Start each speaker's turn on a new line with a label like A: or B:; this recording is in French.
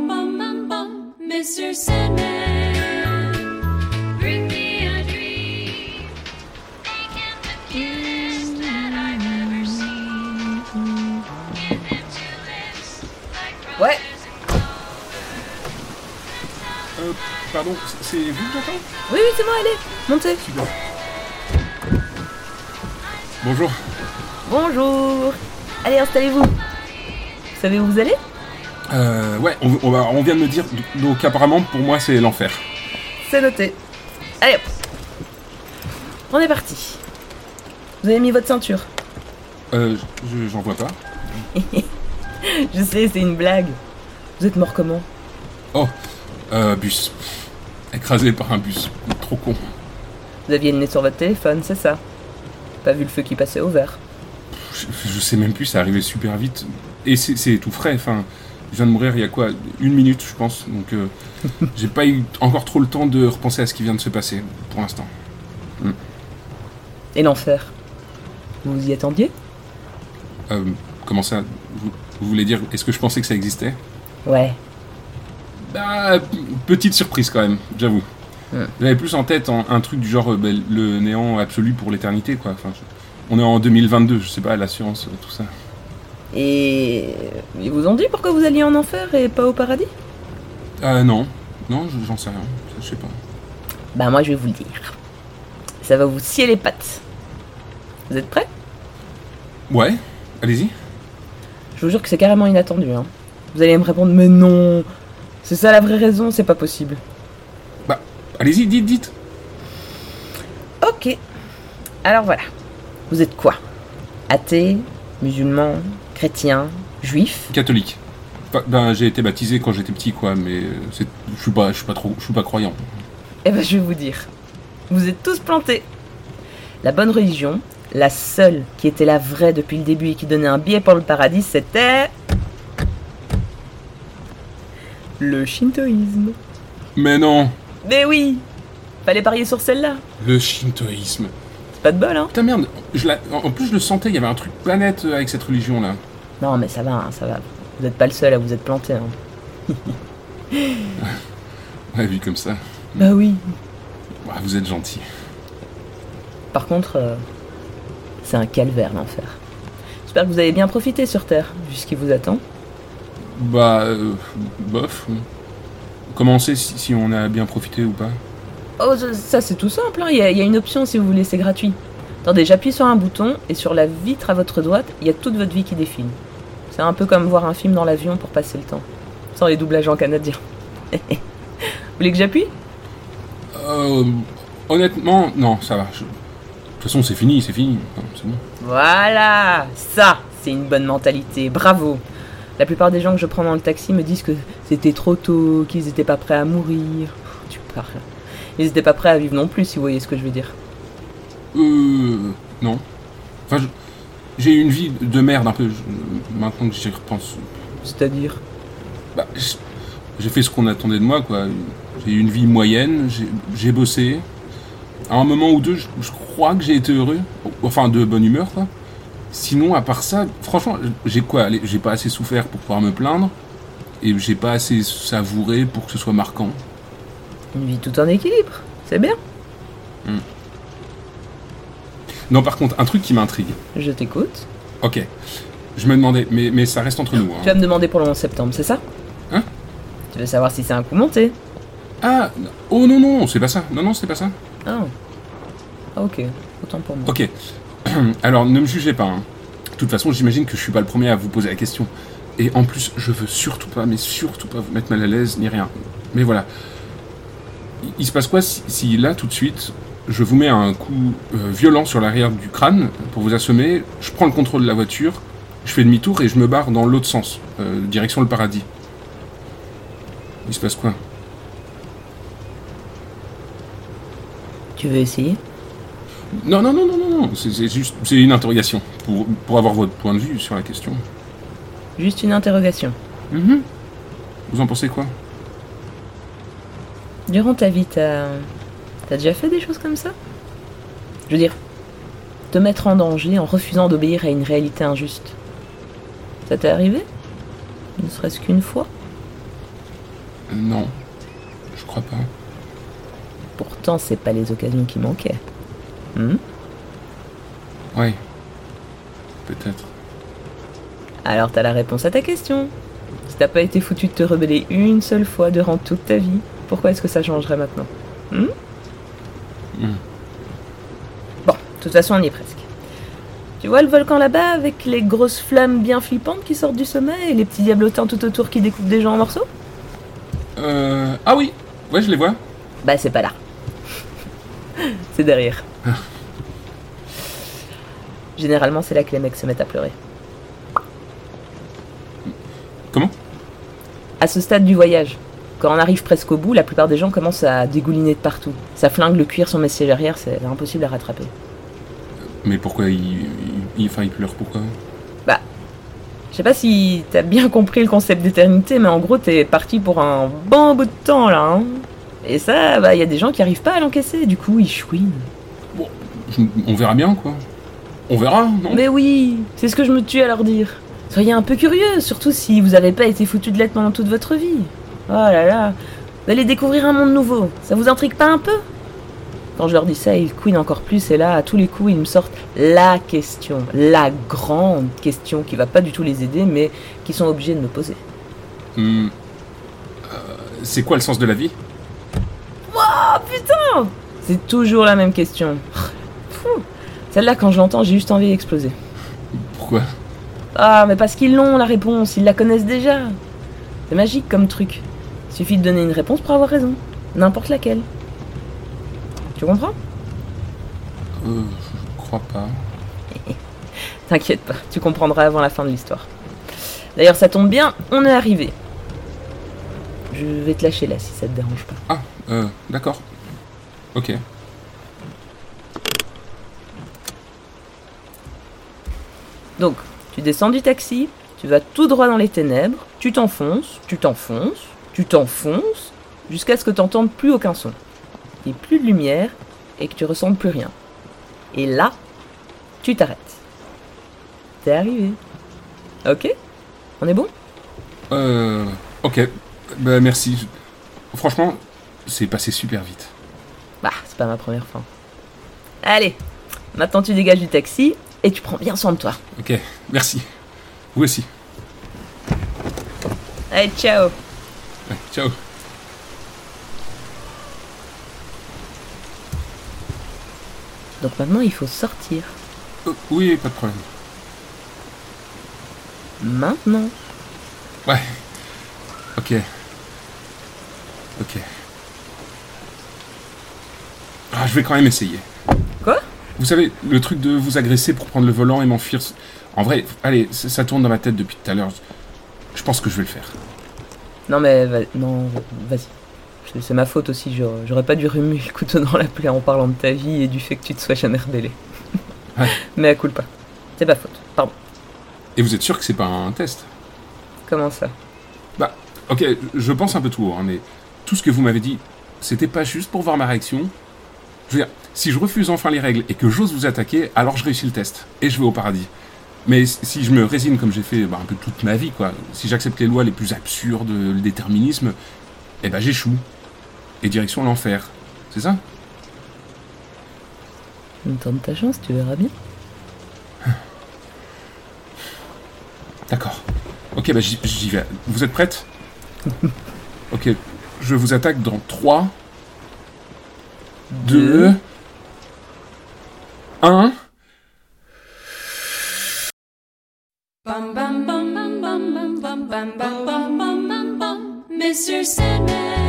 A: Mr. Sandman, bring me a dream. Make him the cutest that I've ever seen. Give him two lips like
B: Ouais.
A: roses and clover.
C: Pardon, c'est vous que j'entends ?
B: Oui, c'est moi, allez, montez.
C: Super. Bonjour.
B: Bonjour. Allez, installez-vous. Vous savez où vous allez ?
C: Ouais, on vient de me dire, donc apparemment pour moi c'est l'enfer.
B: C'est noté. Allez hop. On est parti. Vous avez mis votre ceinture ?
C: J'en vois pas.
B: Je sais, c'est une blague. Vous êtes mort comment ?
C: Oh, bus. Écrasé par un bus. Trop con.
B: Vous aviez le nez sur votre téléphone, c'est ça ? Pas vu le feu qui passait au vert.
C: Je sais même plus, c'est arrivé super vite. Et c'est tout frais, enfin... Je viens de mourir il y a quoi ? 1 minute, je pense. Donc, j'ai pas eu encore trop le temps de repenser à ce qui vient de se passer, pour l'instant.
B: Et l'enfer ? Vous vous y attendiez ?
C: Comment ça ? Vous voulez dire, est-ce que je pensais que ça existait ?
B: Ouais.
C: Bah, petite surprise quand même, j'avoue. J'avais plus en tête un truc du genre le néant absolu pour l'éternité, quoi. Enfin, on est en 2022, je sais pas, la science, tout ça.
B: Et ils vous ont dit pourquoi vous alliez en enfer et pas au paradis ?
C: Non, j'en sais rien, je sais pas.
B: Bah moi je vais vous le dire. Ça va vous scier les pattes. Vous êtes prêts ?
C: Ouais, allez-y.
B: Je vous jure que c'est carrément inattendu, hein. Vous allez me répondre mais non. C'est ça la vraie raison, c'est pas possible.
C: Bah, allez-y, dites.
B: Ok. Alors voilà. Vous êtes quoi ? Athée, musulman, chrétien, juif ?
C: Catholique. Ben, j'ai été baptisé quand j'étais petit, quoi, mais je suis pas croyant.
B: Eh ben je vais vous dire. Vous êtes tous plantés. La bonne religion, la seule qui était la vraie depuis le début et qui donnait un billet pour le paradis, c'était... le shintoïsme.
C: Mais non,
B: Mais oui ! Fallait parier sur celle-là.
C: le shintoïsme.
B: C'est pas de bol, hein ?
C: Putain, merde, en plus je le sentais, il y avait un truc planète avec cette religion-là.
B: Non, mais ça va, hein, ça va. Vous êtes pas le seul à vous être planté, hein.
C: Ouais, vu comme ça.
B: Bah oui.
C: Ouais, vous êtes gentil.
B: Par contre, c'est un calvaire, l'enfer. J'espère que vous avez bien profité sur Terre, vu ce qui vous attend.
C: Bah, bof. Comment on sait si on a bien profité ou pas ?
B: Oh, ça c'est tout simple, hein. Il y a une option si vous voulez, c'est gratuit. Attendez, j'appuie sur un bouton, et sur la vitre à votre droite, il y a toute votre vie qui défile. C'est un peu comme voir un film dans l'avion pour passer le temps. Sans les doublages en canadien. Vous voulez que j'appuie ?
C: Honnêtement, non, ça va. De toute façon, c'est fini. Enfin, c'est bon.
B: Voilà, ça, c'est une bonne mentalité, bravo. La plupart des gens que je prends dans le taxi me disent que c'était trop tôt, qu'ils étaient pas prêts à mourir. Tu parles. Ils étaient pas prêts à vivre non plus, si vous voyez ce que je veux dire.
C: Non. Enfin, j'ai eu une vie de merde un peu, maintenant que j'y repense.
B: C'est-à-dire ?
C: Bah, j'ai fait ce qu'on attendait de moi, quoi. J'ai eu une vie moyenne, j'ai bossé. À un moment ou deux, je crois que j'ai été heureux. Enfin, de bonne humeur, quoi. Sinon, à part ça, franchement, j'ai pas assez souffert pour pouvoir me plaindre. Et j'ai pas assez savouré pour que ce soit marquant.
B: Une vie tout en équilibre, c'est bien.
C: Non, par contre, un truc qui m'intrigue.
B: Je t'écoute.
C: Ok. Je me demandais, mais ça reste entre nous. Hein.
B: Tu vas me demander pour le 11 septembre, c'est ça ?
C: Hein ?
B: Tu veux savoir si c'est un coup monté ?
C: Ah, oh non, c'est pas ça. Non, c'est pas ça.
B: Ah. Ok, autant pour moi.
C: Ok. Alors, ne me jugez pas. Hein. De toute façon, j'imagine que je suis pas le premier à vous poser la question. Et en plus, je veux surtout pas vous mettre mal à l'aise, ni rien. Mais voilà. Il se passe quoi si là, tout de suite, je vous mets un coup violent sur l'arrière du crâne pour vous assommer, je prends le contrôle de la voiture, je fais demi-tour et je me barre dans l'autre sens, direction le paradis. Il se passe quoi ?
B: Tu veux essayer ?
C: Non, c'est une interrogation, pour avoir votre point de vue sur la question.
B: Juste une interrogation.
C: Vous en pensez quoi ?
B: Durant ta vie, t'as déjà fait des choses comme ça ? Je veux dire, te mettre en danger en refusant d'obéir à une réalité injuste. Ça t'est arrivé ? Ne serait-ce qu'une fois ?
C: Non, je crois pas.
B: Pourtant, c'est pas les occasions qui manquaient. Hmm.
C: Ouais, peut-être.
B: Alors t'as la réponse à ta question. Si t'as pas été foutu de te rebeller une seule fois durant toute ta vie, pourquoi est-ce que ça changerait maintenant? Hmm. Bon, de toute façon, on y est presque. Tu vois le volcan là-bas, avec les grosses flammes bien flippantes qui sortent du sommet et les petits diablotins tout autour qui découpent des gens en morceaux?
C: Ah oui, ouais, je les vois.
B: Bah c'est pas là. C'est derrière. Généralement, c'est là que les mecs se mettent à pleurer.
C: Comment?
B: À ce stade du voyage, quand on arrive presque au bout, la plupart des gens commencent à dégouliner de partout. Ça flingue le cuir sur mes sièges arrière, c'est impossible à rattraper.
C: Mais pourquoi il pleure, pourquoi?
B: Bah, je sais pas si t'as bien compris le concept d'éternité, mais en gros, t'es parti pour un bon bout de temps, là, hein. Et ça, bah, y a des gens qui arrivent pas à l'encaisser, du coup, ils chouinent.
C: Bon, on verra bien, quoi. On verra, non?
B: Mais oui, c'est ce que je me tue à leur dire. Soyez un peu curieux, surtout si vous avez pas été foutu de l'être pendant toute votre vie. Oh là là, vous allez découvrir un monde nouveau, ça vous intrigue pas un peu? Quand je leur dis ça, ils couinent encore plus, et là, à tous les coups, ils me sortent la question, la grande question qui va pas du tout les aider, mais qu'ils sont obligés de me poser.
C: C'est quoi le sens de la vie?
B: Oh putain! C'est toujours la même question. Pfff. Celle-là, quand je l'entends, j'ai juste envie d'exploser.
C: Pourquoi?
B: Ah, mais parce qu'ils l'ont, la réponse, ils la connaissent déjà. C'est magique comme truc. Il suffit de donner une réponse pour avoir raison. N'importe laquelle. Tu comprends?
C: Je crois pas.
B: T'inquiète pas, tu comprendras avant la fin de l'histoire. D'ailleurs, ça tombe bien, on est arrivé. Je vais te lâcher là, si ça te dérange pas.
C: Ah, d'accord. Ok.
B: Donc, tu descends du taxi, tu vas tout droit dans les ténèbres, tu t'enfonces, jusqu'à ce que t'entendes plus aucun son. Il n'y ait plus de lumière et que tu ressentes plus rien. Et là, tu t'arrêtes. T'es arrivé. Ok? On est bon?
C: Ok. Bah, merci. Franchement, c'est passé super vite.
B: Bah, c'est pas ma première fois. Allez, maintenant tu dégages du taxi et tu prends bien soin de toi.
C: Ok, merci. Vous aussi.
B: Allez, ciao!
C: Ouais, ciao.
B: Donc maintenant, il faut sortir.
C: Oui, pas de problème.
B: Maintenant.
C: Ouais. Ok. Ok. Ah, je vais quand même essayer.
B: Quoi?
C: Vous savez, le truc de vous agresser pour prendre le volant et m'enfuir... En vrai, allez, ça tourne dans ma tête depuis tout à l'heure. Je pense que je vais le faire.
B: Non mais, non, vas-y. C'est ma faute aussi, j'aurais pas dû remuer le couteau dans la plaie en parlant de ta vie et du fait que tu te sois jamais rebellé.
C: Ouais.
B: Mais à coup pas. C'est ma faute, pardon.
C: Et vous êtes sûr que c'est pas un test?
B: Comment ça?
C: Bah, ok, je pense un peu tout haut, hein, mais tout ce que vous m'avez dit, c'était pas juste pour voir ma réaction. Je veux dire, si je refuse enfin les règles et que j'ose vous attaquer, alors je réussis le test et je vais au paradis. Mais si je me résigne comme j'ai fait un peu toute ma vie, quoi, si j'accepte les lois les plus absurdes, le déterminisme, eh ben j'échoue. Et direction l'enfer. C'est ça?
B: Tente ta chance, tu verras bien.
C: D'accord. Ok, bah j'y vais. Vous êtes prête? Ok, je vous attaque dans 3, 2, 1...
A: Bum bum bum bum bum bum bum bum bum bum bum bum. Mr. Sandman.